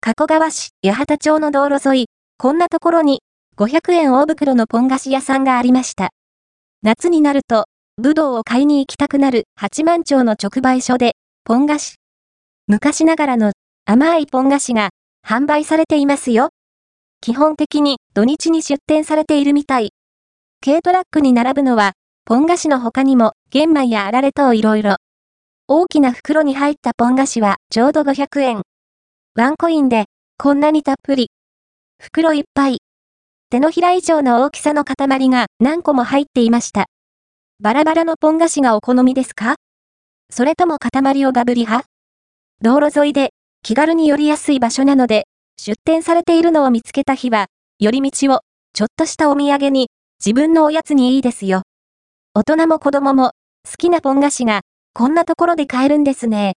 加古川市八幡町の道路沿い、こんなところに500円大袋のポン菓子屋さんがありました。夏になると、ぶどうを買いに行きたくなる八幡町の直売所で、ポン菓子。昔ながらの甘いポン菓子が販売されていますよ。基本的に土日に出店されているみたい。軽トラックに並ぶのは、ポン菓子の他にも玄米やあられ等いろいろ。大きな袋に入ったポン菓子はちょうど500円。ワンコインで、こんなにたっぷり。袋いっぱい。手のひら以上の大きさの塊が何個も入っていました。バラバラのポン菓子がお好みですか？それとも塊をガブリ派？道路沿いで気軽に寄りやすい場所なので、出店されているのを見つけた日は、寄り道をちょっとしたお土産に自分のおやつにいいですよ。大人も子供も好きなポン菓子がこんなところで買えるんですね。